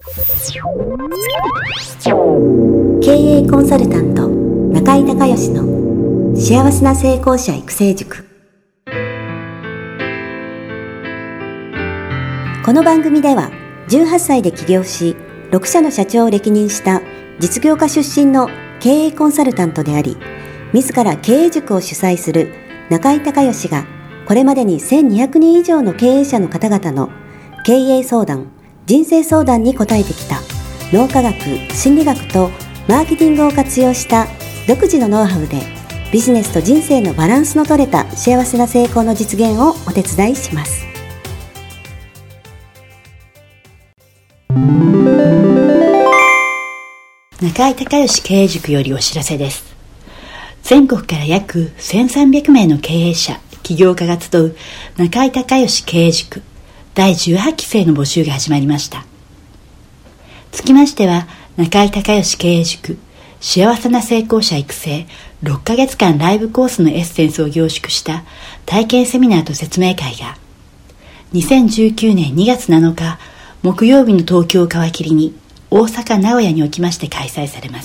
経営コンサルタント中井孝義の幸せな成功者育成塾。この番組では18歳で起業し6社の社長を歴任した実業家出身の経営コンサルタントであり、自ら経営塾を主催する中井孝義がこれまでに1200人以上の経営者の方々の経営相談、人生相談に応えてきた脳科学、心理学とマーケティングを活用した独自のノウハウでビジネスと人生のバランスの取れた幸せな成功の実現をお手伝いします。 中井孝義経営塾よりお知らせです。全国から約1300名の経営者、起業家が集う中井孝義経営塾第18期生の募集が始まりました。つきましては、中井孝義経営塾幸せな成功者育成6ヶ月間ライブコースのエッセンスを凝縮した体験セミナーと説明会が2019年2月7日木曜日の東京を皮切りに大阪、名古屋におきまして開催されます。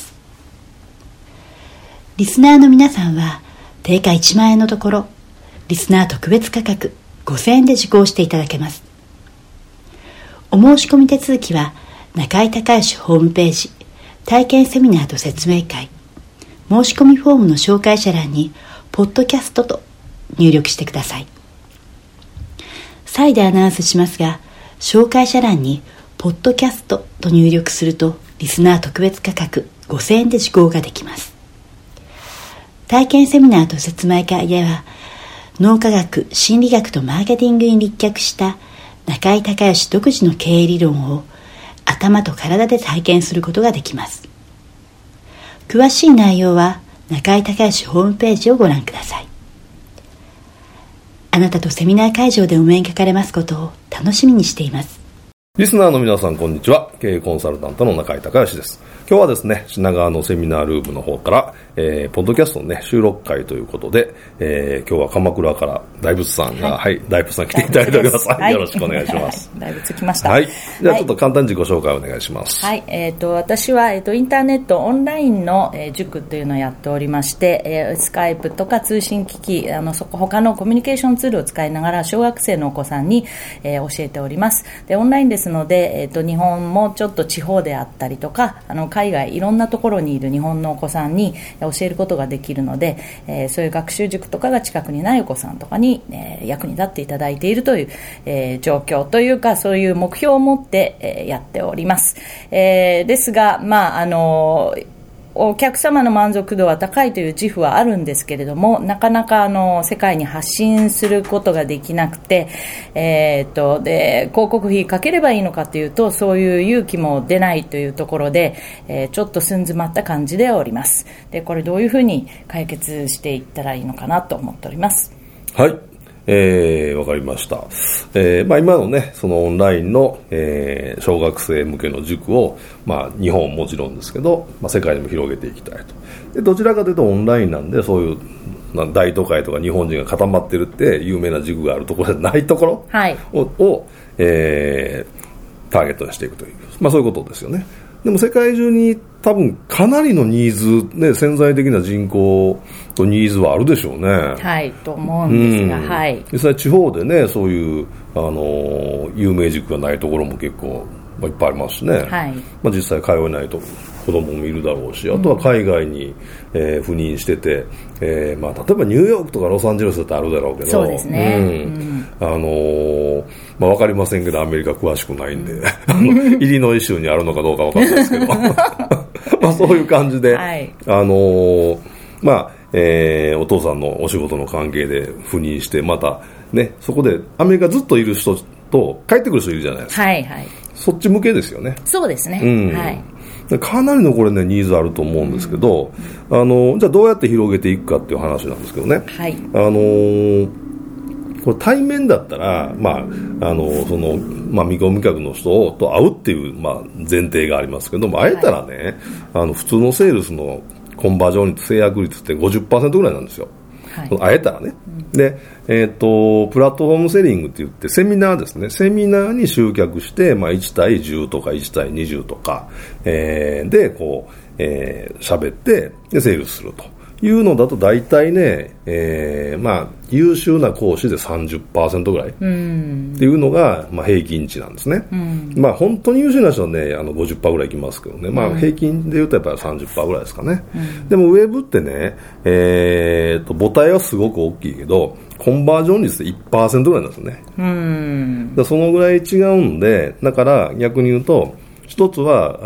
リスナーの皆さんは定価1万円のところ、リスナー特別価格5000円で受講していただけます。お申し込み手続きは中井孝義ホームページ体験セミナーと説明会申し込みフォームの紹介者欄にポッドキャストと入力してください。再でアナウンスしますが、紹介者欄にポッドキャストと入力するとリスナー特別価格5000円で受講ができます。体験セミナーと説明会では脳科学、心理学とマーケティングに立脚した中井孝義独自の経営理論を頭と体で体験することができます。詳しい内容は中井孝義ホームページをご覧ください。あなたとセミナー会場でお目にかかれますことを楽しみにしています。 リスナーの皆さん、こんにちは。経営コンサルタントの中井孝義です。今日はですね、品川のセミナールームの方から、ポッドキャストのね、収録会ということで、今日は鎌倉から大仏さんが、はい、大仏さん来ていただいております。はい、よろしくお願いします。 大仏来ました。 はい。じゃあちょっと簡単に自己紹介をお願いします。 はい。私は、インターネットオンラインの、塾というのをやっておりまして、スカイプとか通信機器、他のコミュニケーションツールを使いながら小学生のお子さんに、教えております。で、オンラインですので、日本もちょっと地方であったりとか、海外いろんなところにいる日本のお子さんに教えることができるので、そういう学習塾とかが近くにないお子さんとかに、役に立っていただいているという、状況というか、そういう目標を持って、やっております。ですが、お客様の満足度は高いという自負はあるんですけれども、なかなか世界に発信することができなくて、で広告費かければいいのかというと、そういう勇気も出ないというところで、ちょっと寸詰まった感じでおります。で、これどういうふうに解決していったらいいのかなと思っております。 はい。わかりました。今のね、そのオンラインの、小学生向けの塾を、日本もちろんですけど、世界にも広げていきたいと。で、どちらかというとオンラインなんで、そういう大都会とか日本人が固まってるって有名な塾があるところじゃないところを、 はい、 ターゲットにしていくという、そういうことですよね。でも世界中に多分かなりのニーズ、ね、潜在的な人口とニーズはあるでしょうね。はい、 と思うんですが、はい。 実際地方でね、そういう有名塾がないところも結構いっぱいありますしね。はい。実際通えないと子供もいるだろうし、あとは海外に、赴任してて、例えばニューヨークとかロサンゼルスだってあるだろうけど、 そうですね。 わかりませんけど、アメリカ詳しくないんで、イリノイ州にあるのかどうかわかんないですけど、そういう感じで、はい、お父さんのお仕事の関係で赴任して、またね、そこでアメリカずっといる人と帰ってくる人いるじゃないですか。はいはい。そっち向けですよね。 そうですね。はい。 かなりのこれね、ニーズあると思うんですけど、じゃあどうやって広げていくかっていう話なんですけどね。はい。これ対面だったら、見込み客の人と会うっていう、前提がありますけども、会えたらね、普通のセールスのコンバージョン率、制約率って 50% ぐらいなんですよ。 会えたらね、で、プラットフォームセリングって言ってセミナーですね、セミナーに集客して、1対10とか1対20とか、でこう喋ってでセールスするというのだと大体ね、優秀な講師で 30% ぐらいっていうのが、平均値なんですね。本当に優秀な人はね50% ぐらいいきますけどね、平均でいうとやっぱり 30% ぐらいですかね。でもウェブってね、母体はすごく大きいけどコンバージョン率で 1% ぐらいなんですね。そのぐらい違うんで、だから逆に言うと一つは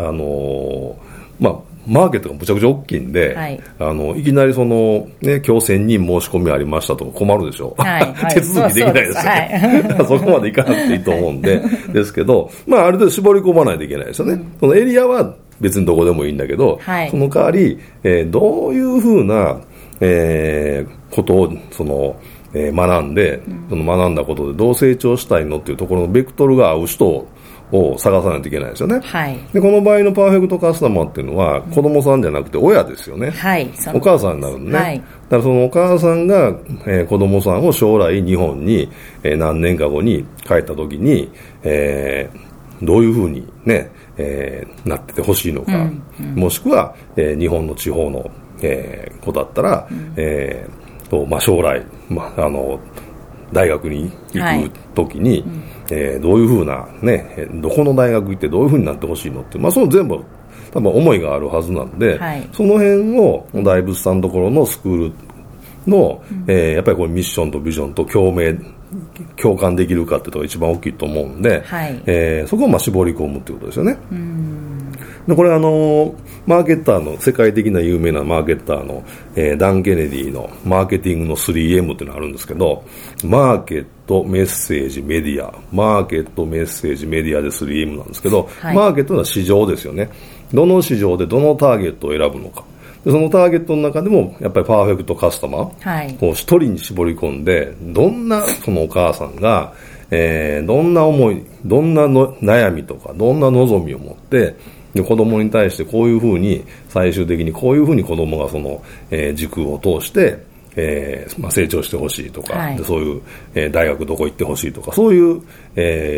マーケットがむちゃくちゃ大きいんで、いきなりその、ね、今日1000人申し込みありましたとか困るでしょ。手続きできないですよね。そこまでいかなくていいと思うんで、ですけど、ある程度絞り込まないといけないですよね。そのエリアは別にどこでもいいんだけど、その代わり、どういうふうな、ことを、学んで、その学んだことでどう成長したいのっていうところのベクトルが合う人を探さないといけないですよね。でこの場合のパーフェクトカスタマーっていうのは子供さんじゃなくて親ですよね。お母さんになるんでね。だからそのお母さんが、子供さんを将来日本に、何年か後に帰った時に、どういうふうにね、なっててほしいのか、もしくは、日本の地方の、子だったら、将来、大学に行くときに、どういうふうな、ね、どこの大学行ってどういうふうになってほしいのって、その全部多分思いがあるはずなんで、その辺を大仏さんのところのスクールの、やっぱりこうミッションとビジョンと共感できるかっていうのが一番大きいと思うんで、そこを絞り込むっていうことですよね。でこれマーケッターの世界的な有名なマーケッターの、ダン・ケネディのマーケティングの 3M っていうのがあるんですけど、マーケット、メッセージ、メディア、マーケット、メッセージ、メディアで 3M なんですけど、マーケットは市場ですよね。どの市場でどのターゲットを選ぶのか。でそのターゲットの中でもやっぱりパーフェクトカスタマーを一人に絞り込んで、どんなそのお母さんが、どんな思い、どんなの悩みとかどんな望みを持ってで子供に対してこういうふうに最終的にこういうふうに子供がその、軸を通して、成長してほしいとか、でそういう、大学どこ行ってほしいとかそういう、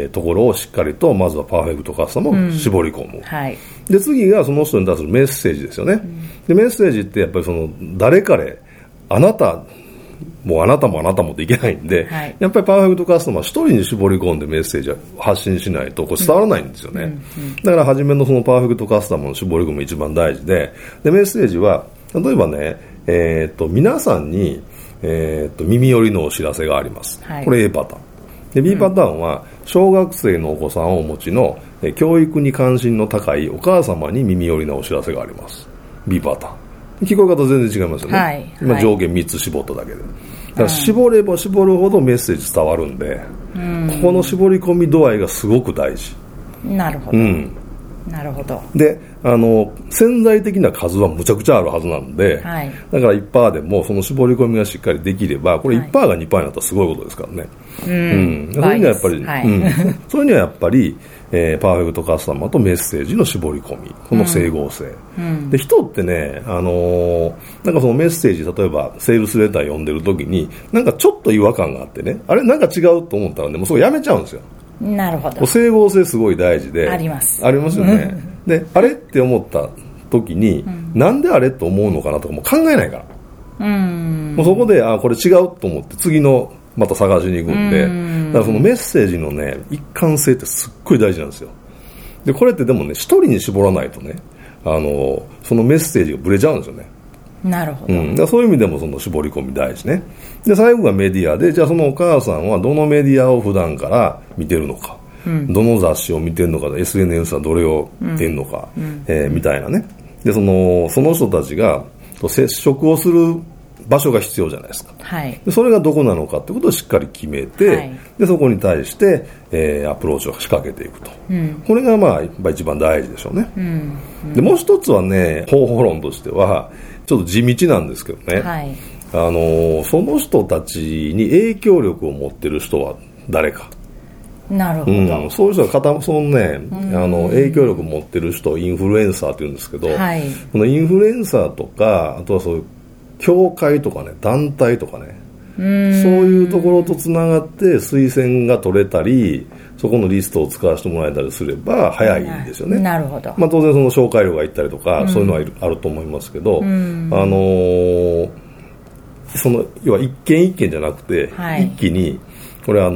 ところをしっかりとまずはパーフェクトカスタマーを絞り込む、で次がその人に対するメッセージですよね。でメッセージってやっぱりその誰彼あなたもあなたもあなたもっていけないんで、やっぱりパーフェクトカスタマー一人に絞り込んでメッセージを発信しないとこれ伝わらないんですよね。だから初めのそのパーフェクトカスタマーの絞り込みが一番大事で、メッセージは例えばね、皆さんに、耳寄りのお知らせがあります、これ A パターンで B パターンは小学生のお子さんをお持ちの、教育に関心の高いお母様に耳寄りなお知らせがあります B パターン。聞こえ方全然違いますよね、今条件3つ絞っただけで。だから絞れば絞るほどメッセージ伝わるんで、ここの絞り込み度合いがすごく大事。 なるほど、なるほど。 で潜在的な数はむちゃくちゃあるはずなんで、だから 1% でもその絞り込みがしっかりできればこれ 1% が 2% になったらすごいことですからね。それにはやっぱり、それにはやっぱり、パーフェクトカスタマーとメッセージの絞り込み、この整合性、で人ってね、なんかそのメッセージ例えばセールスレター読んでる時になんかちょっと違和感があってね、あれなんか違うと思ったらねもうそれやめちゃうんですよ。 なるほど。 整合性すごい大事でありますよねであれって思った時に、なんであれと思うのかなとかも考えないから、もうそこでこれ違うと思って次のまた探しに行くんで、だからそのメッセージのね一貫性ってすっごい大事なんですよ。でこれってでもね一人に絞らないとねそのメッセージがブレちゃうんですよね。 なるほど、 だからそういう意味でもその絞り込み大事ね。で最後がメディアで、じゃあそのお母さんはどのメディアを普段から見てるのか、どの雑誌を見てるのか、 SNS はどれを見てるのか、みたいなね。でその人たちが接触をする場所が必要じゃないですか、でそれがどこなのかってことをしっかり決めて、でそこに対して、アプローチを仕掛けていくと、これがまあ一番大事でしょうね、でもう一つはね方法論としてはちょっと地道なんですけどね、その人たちに影響力を持ってる人は誰か。 なるほど、 そういう人がそのね、影響力を持ってる人をインフルエンサーって言うんですけど、このインフルエンサーとかあとはそういう協会とかね、団体とかね、そういうところとつながって推薦が取れたり、そこのリストを使わせてもらえたりすれば早いんですよね。 なるほど。 当然その紹介料がいったりとか、そういうのはあると思いますけど、その要は一件一件じゃなくて、一気にこれ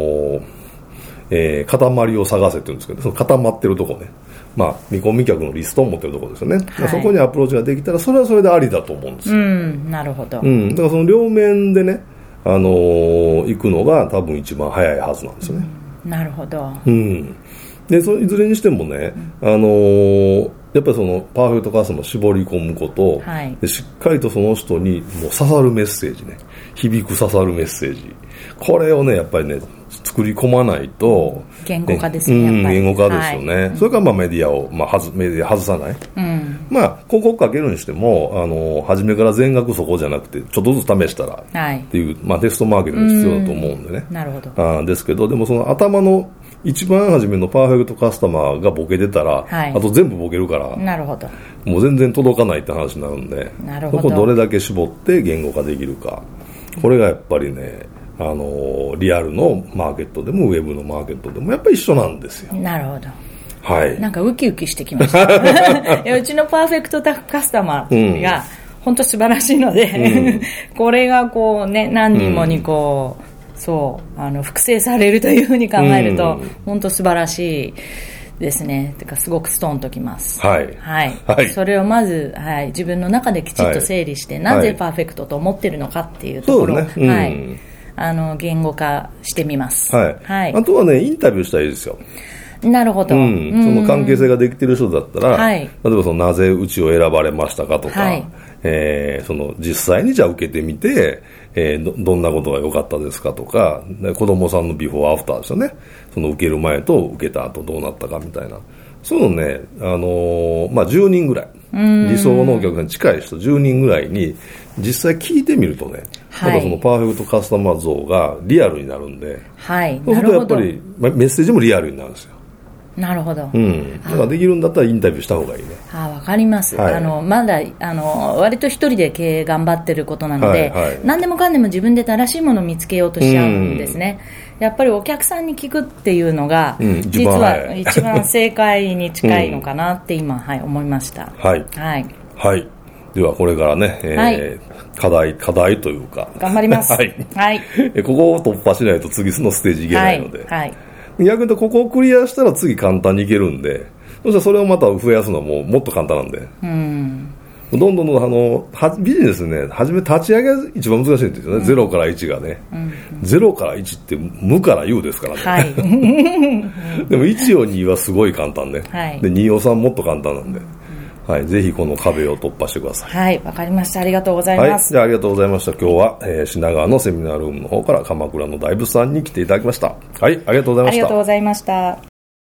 塊を探せって言うんですけど、その固まってるとこね、見込み客のリストを持ってるところですよね、そこにアプローチができたらそれはそれでありだと思うんですよ。 なるほど。 だからその両面でね、行くのが多分一番早いはずなんですよね。 なるほど。 でいずれにしてもね、やっぱりそのパーフェクトカスタマーを絞り込むこと、でしっかりとその人にもう刺さるメッセージね、響く刺さるメッセージ、これをねやっぱりね作り込まないと、 言語化ですね、やっぱり言語化ですよね。それからメディアを、メディア外さない、広告かけるにしても初めから全額そこじゃなくてちょっとずつ試したらっていう、テストマーケティング必要だと思うんでね。 なるほど。 ですけど、でもその頭の一番初めのパーフェクトカスタマーがボケてたら、あと全部ボケるから、 なるほど、 もう全然届かないって話になるんで、そこをどれだけ絞って言語化できるか、これがやっぱりね、リアルのマーケットでもウェブのマーケットでもやっぱり一緒なんですよ。 なるほど。 なんかウキウキしてきましたうちのパーフェクトカスタマーが本当素晴らしいので、これがこうね、何人もにこう、複製されるというふうに考えると、本当素晴らしいですね。てかすごくストンときます。それをまず、自分の中できちっと整理して、なぜパーフェクトと思ってるのかっていうところを、言語化してみます。あとはね、インタビューしたらいいですよ。 なるほど。 その関係性ができている人だったら、例えばそのなぜうちを選ばれましたかとか、その実際にじゃあ受けてみて、どんなことが良かったですかとか、子供さんのビフォーアフターですよね。その受ける前と受けた後どうなったかみたいな。そういうのね、10人ぐらい、理想のお客さんに近い人10人ぐらいに実際聞いてみるとね、またそのパーフェクトカスタマー像がリアルになるんで、そうするとやっぱりメッセージもリアルになるんですよ。 なるほど。 だからできるんだったらインタビューした方がいいね。 わかります。まだ割と一人で経営頑張ってることなので、何でもかんでも自分で正しいものを見つけようとしちゃうんですね。やっぱりお客さんに聞くっていうのが、実は一番正解に近いのかなって今、思いました。ではこれからね、課題というか頑張ります。 ここを突破しないと次のステージいけないので。逆に言うとここをクリアしたら次簡単にいけるんで、そしたらそれをまた増やすのはもっと簡単なんで、どんどんビジネスね、初め立ち上げが一番難しいんですよね。0から1がね、0から1って無から有ですからね、でも1を2はすごい簡単ね、で2を3もっと簡単なんで、ぜひこの壁を突破してください。 わかりました。ありがとうございます。 じゃあありがとうございました。今日は、品川のセミナールームの方から鎌倉の大仏さんに来ていただきました。ありがとうございました。 ありがとうございました。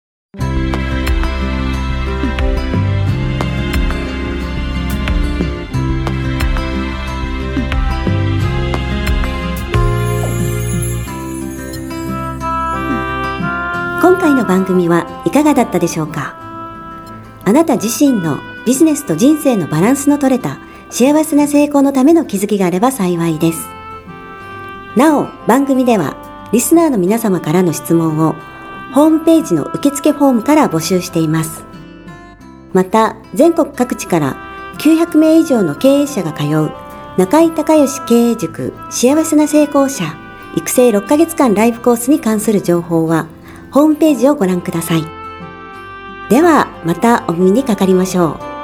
今回の番組はいかがだったでしょうか。あなた自身のビジネスと人生のバランスの取れた幸せな成功のための気づきがあれば幸いです。なお、番組ではリスナーの皆様からの質問をホームページの受付フォームから募集しています。また、全国各地から900名以上の経営者が通う中井孝義経営塾幸せな成功者育成6ヶ月間ライブコースに関する情報はホームページをご覧ください。ではまたお耳にかかりましょう。